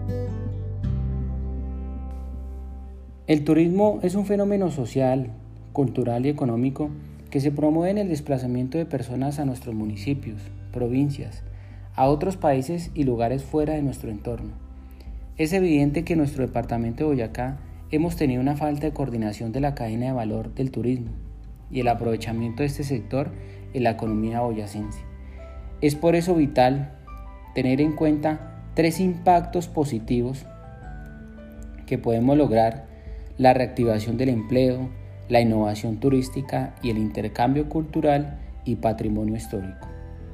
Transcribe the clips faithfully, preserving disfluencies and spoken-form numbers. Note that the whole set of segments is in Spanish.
El turismo es un fenómeno social, cultural y económico que se promueve en el desplazamiento de personas a nuestros municipios, provincias, a otros países y lugares fuera de nuestro entorno. Es evidente que en nuestro departamento de Boyacá hemos tenido una falta de coordinación de la cadena de valor del turismo y el aprovechamiento de este sector en la economía boyacense. Es por eso vital tener en cuenta tres impactos positivos que podemos lograr: la reactivación del empleo, la innovación turística y el intercambio cultural y patrimonio histórico.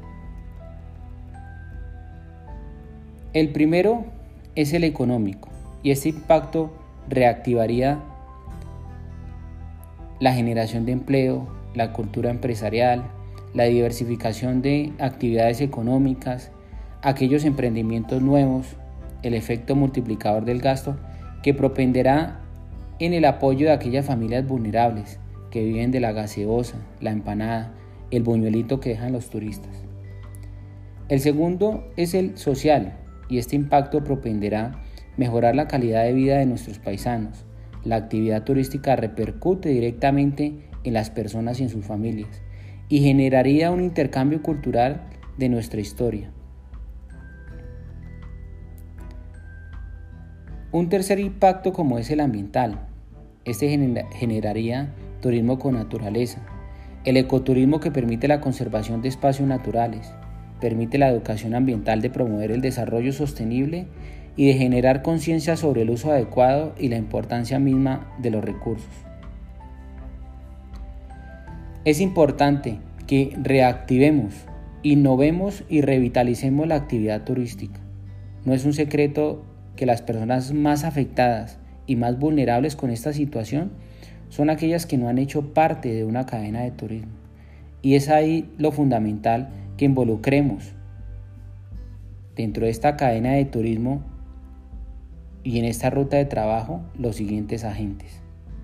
El primero es el económico, y este impacto reactivaría la generación de empleo, la cultura empresarial, la diversificación de actividades económicas, aquellos emprendimientos nuevos, el efecto multiplicador del gasto que propenderá en el apoyo de aquellas familias vulnerables que viven de la gaseosa, la empanada, el buñuelito que dejan los turistas. El segundo es el social, y este impacto propenderá mejorar la calidad de vida de nuestros paisanos. La actividad turística repercute directamente en las personas y en sus familias y generaría un intercambio cultural de nuestra historia. Un tercer impacto como es el ambiental. Este generaría turismo con naturaleza, el ecoturismo que permite la conservación de espacios naturales, permite la educación ambiental de promover el desarrollo sostenible y de generar conciencia sobre el uso adecuado y la importancia misma de los recursos. Es importante que reactivemos, innovemos y revitalicemos la actividad turística. No es un secreto que las personas más afectadas y más vulnerables con esta situación son aquellas que no han hecho parte de una cadena de turismo. Y es ahí lo fundamental, que involucremos dentro de esta cadena de turismo y en esta ruta de trabajo los siguientes agentes.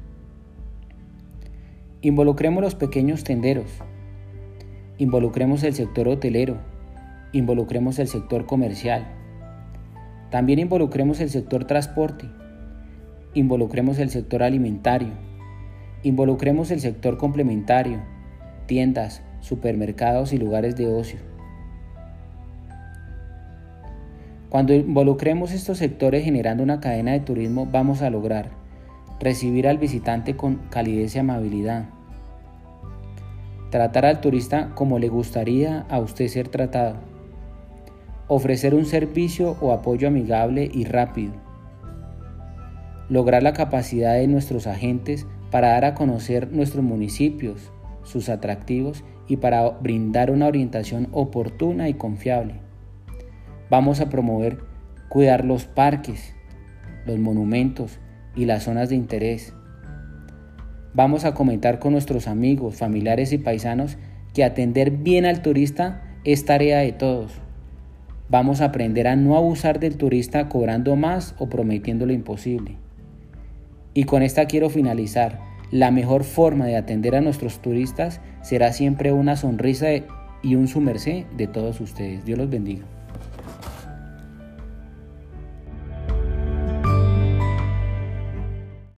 Involucremos los pequeños tenderos, involucremos el sector hotelero, involucremos el sector comercial, también involucremos el sector transporte, involucremos el sector alimentario, involucremos el sector complementario, tiendas, supermercados y lugares de ocio. Cuando involucremos estos sectores generando una cadena de turismo, vamos a lograr recibir al visitante con calidez y amabilidad, tratar al turista como le gustaría a usted ser tratado, ofrecer un servicio o apoyo amigable y rápido, lograr la capacidad de nuestros agentes para dar a conocer nuestros municipios, sus atractivos y para brindar una orientación oportuna y confiable. Vamos a promover cuidar los parques, los monumentos y las zonas de interés. Vamos a comentar con nuestros amigos, familiares y paisanos que atender bien al turista es tarea de todos. Vamos a aprender a no abusar del turista cobrando más o prometiendo lo imposible. Y con esta quiero finalizar. La mejor forma de atender a nuestros turistas será siempre una sonrisa y un su merced de todos ustedes. Dios los bendiga.